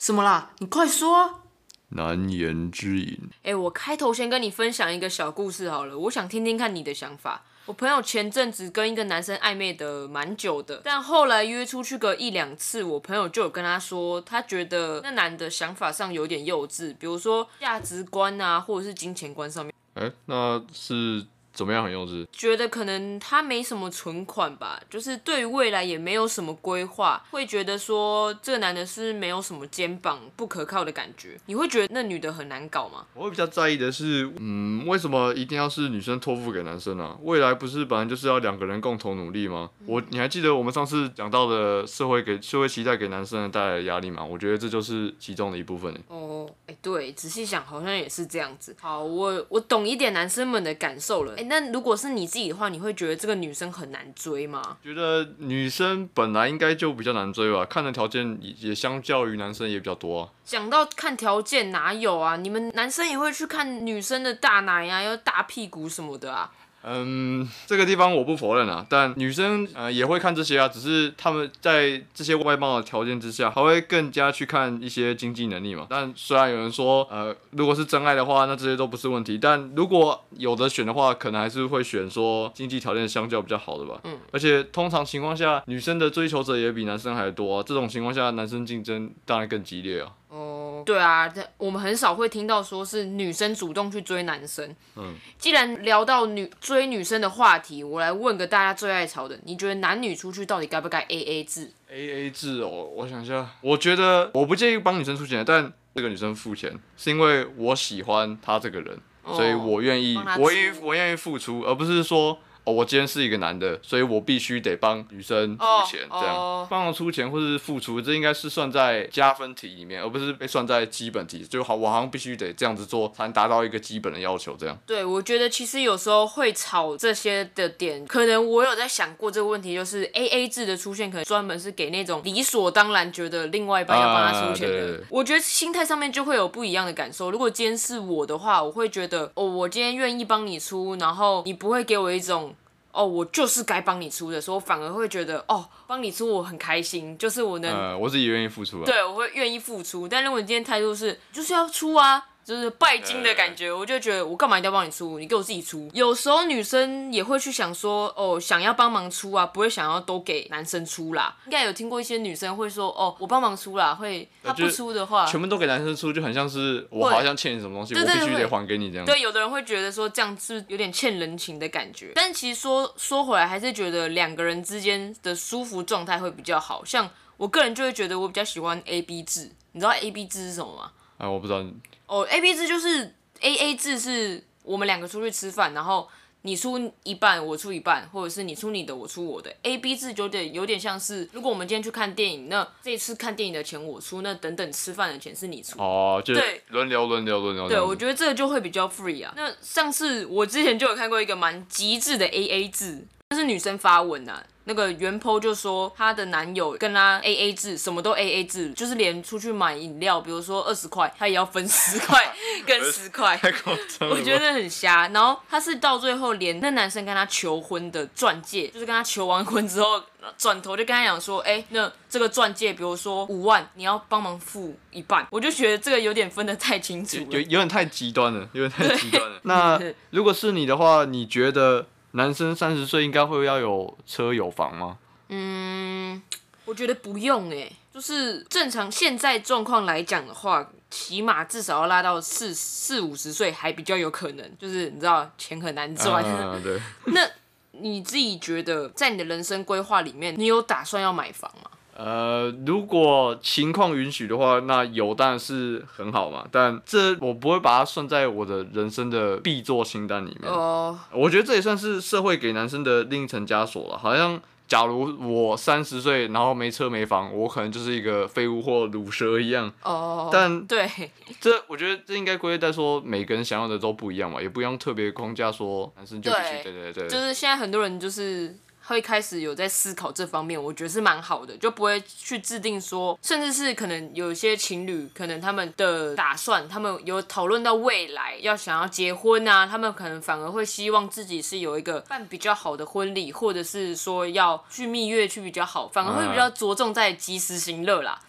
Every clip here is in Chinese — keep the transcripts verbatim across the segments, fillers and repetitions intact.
什么啦？你快说。 难言之隐。 哎，我开头先跟你分享一个小故事好了，我想听听看你的想法。我朋友前阵子跟一个男生暧昧的蛮久的，但后来约出去个一两次，我朋友就有跟他说，他觉得那男的想法上有点幼稚，比如说价值观啊，或者是金钱观上面。 哎，那是怎么样很幼稚？ 觉得可能他没什么存款吧，就是对于未来也没有什么规划，会觉得说这个男的是没有什么肩膀，不可靠的感觉。你会觉得那女的很难搞吗？ 我会比较在意的是，嗯，为什么一定要是女生托付给男生啊？未来不是本来就是要两个人共同努力吗？嗯、我你还记得我们上次讲到的社会给社会期待给男生带来的压力吗？我觉得这就是其中的一部分。 哦，哎，对，仔细想好像也是这样子。好，我我懂一点男生们的感受了。哎，那如果是你自己的话，你会觉得这个女生很难追吗？ 觉得女生本来应该就比较难追吧，看的条件也相较于男生也比较多啊。 讲到看条件，哪有啊？你们男生也会去看女生的大奶啊，要大屁股什么的啊？ 嗯，这个地方我不否认啊，但女生呃也会看这些啊，只是他们在这些外貌的条件之下，还会更加去看一些经济能力嘛。但虽然有人说，呃，如果是真爱的话，那这些都不是问题。但如果有的选的话，可能还是会选说经济条件相较比较好的吧。嗯，而且通常情况下，女生的追求者也比男生还多啊。这种情况下，男生竞争当然更激烈啊。 哦，对啊，我们很少会听到说是女生主动去追男生。嗯，既然聊到女追女生的话题，我来问个大家最爱吵的，你觉得男女出去到底该不该 A A 制 ？A A 制哦，我想一下，我觉得我不介意帮女生出钱，但这个女生付钱是因为我喜欢她这个人，哦、所以我愿意，我愿意，我愿意付出，而不是说。哦，我今天是一个男的，所以我必须得帮女生出钱，这样帮我出钱或是付出，这应该是算在加分题里面，而不是被算在基本题。就好，我好像必须得这样子做，才能达到一个基本的要求，这样。 对，我觉得其实有时候会吵这些的点，可能我有在想过这个问题，就是 A A 制的出现，可能专门是给那种理所当然觉得另外一半要帮他出钱的。啊、对对对，我觉得心态上面就会有不一样的感受。如果今天是我的话，我会觉得，哦，我今天愿意帮你出，然后你不会给我一种。哦，我就是该帮你出的时候，反而会觉得哦，帮你出我很开心，就是我能， 呃，我自己愿意付出啊。 对，我会愿意付出。但如果你今天态度是就是要出啊，就是拜金的感觉，我就觉得我干嘛一定要帮你出？你给我自己出。有时候女生也会去想说，哦，想要帮忙出啊，不会想要都给男生出啦。应该有听过一些女生会说，哦，我帮忙出啦，会他不出的话， 全部都给男生出，就很像是我好像欠你什么东西，我必须得还给你这样。 对，有的人会觉得说这样是有点欠人情的感觉。但其实说说回来，还是觉得两个人之间的舒服状态会比较好。像我个人就会觉得我比较喜欢 A B 制，你知道 A B 制是什么吗？ 啊，我不知道。 哦 ，A B 制就是 A A 制，是我们两个出去吃饭，然后你出一半，我出一半，或者是你出你的，我出我的。A B 制有点有点像是，如果我们今天去看电影，那这一次看电影的钱我出，那等等吃饭的钱是你出。 哦，就轮流轮流轮流。 对，我觉得这个就会比较 free 啊。那上次我之前就有看过一个蛮极致的 A A 制，就是女生发文啊。那个原 po 就说她的男友跟她 A A 制，什么都 A A 制，就是连出去买饮料，比如说二十块，他也要分十块跟十块， 太夸张了， 我觉得很瞎。然后他是到最后连那男生跟他求婚的钻戒，就是跟他求完婚之后，转头就跟他讲说，哎、欸，那这个钻戒，比如说五万，你要帮忙付一半。我就觉得这个有点分得太清楚了， 有有点太极端了，有点太极端了。那如果是你的话，你觉得？男生三十岁应该会要有车有房吗？ 嗯，我觉得不用诶，就是正常现在状况来讲的话，起码至少要拉到四四五十岁还比较有可能。就是你知道钱很难赚， 啊、对。 那你自己觉得在你的人生规划里面，你有打算要买房吗？ 呃，如果情况允许的话，那有当然是很好嘛。但这我不会把它算在我的人生的必做清单里面。哦、uh ，我觉得这也算是社会给男生的另一层枷锁了。好像假如我三十岁，然后没车没房，我可能就是一个废物或卤蛇一样。哦、uh ，但对， 这我觉得这应该归类在说每个人想要的都不一样嘛，也不用特别框架说男生就必须对对对， 就是现在很多人就是。会开始有在思考这方面，我觉得是蛮好的，就不会去制定说，甚至是可能有些情侣，可能他们的打算，他们有讨论到未来要想要结婚啊，他们可能反而会希望自己是有一个办比较好的婚礼，或者是说要去蜜月去比较好，反而会比较着重在及时行乐啦。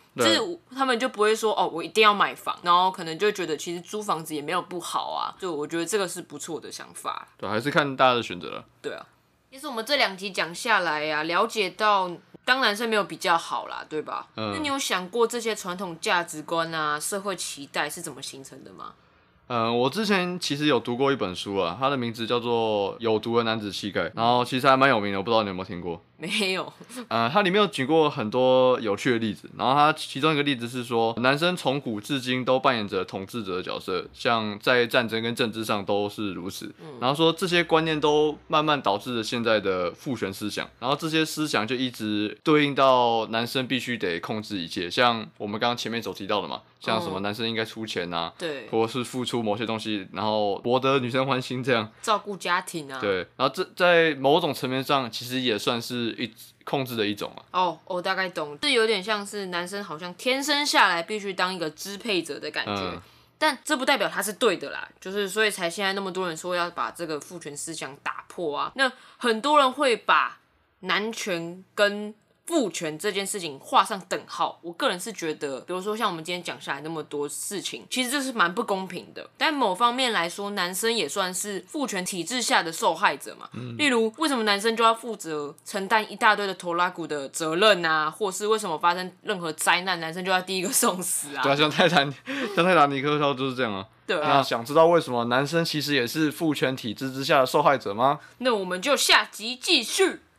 就是他们就不会说哦，我一定要买房，然后可能就会觉得其实租房子也没有不好啊。就我觉得这个是不错的想法。 对，还是看大家的选择了。 对啊，其实我们这两集讲下来呀、啊，了解到当男生没有比较好啦，对吧？嗯。那你有想过这些传统价值观啊、社会期待是怎么形成的吗？ 嗯，我之前其实有读过一本书啊，它的名字叫做《有毒的男子气概》，然后其实还蛮有名的，我不知道你有没有听过。 没有。 呃，它里面有举过很多有趣的例子，然后它其中一个例子是说，男生从古至今都扮演着统治者的角色，像在战争跟政治上都是如此。嗯、然后说这些观念都慢慢导致了现在的父权思想，然后这些思想就一直对应到男生必须得控制一切，像我们刚刚前面所提到的嘛，像什么男生应该出钱啊， 对， 或者是付出某些东西，然后博得女生欢心这样， 照顾家庭啊， 对，然后这在某种层面上其实也算是一控制的一种啊。 哦，我大概懂，是有点像是男生好像天生下来必须当一个支配者的感觉。嗯，但这不代表他是对的啦，就是所以才现在那么多人说要把这个父权思想打破啊。那很多人会把男权跟父权这件事情画上等号，我个人是觉得，比如说像我们今天讲下来那么多事情，其实这是蛮不公平的。但某方面来说，男生也算是父权体制下的受害者嘛。嗯、例如，为什么男生就要负责承担一大堆的拖拉骨的责任啊？或是为什么发生任何灾难，男生就要第一个送死啊？ 对啊，像泰坦，像泰坦尼克号就是这样啊。 对啊， 那想知道为什么男生其实也是父权体制之下的受害者吗？ 那我们就下集继续。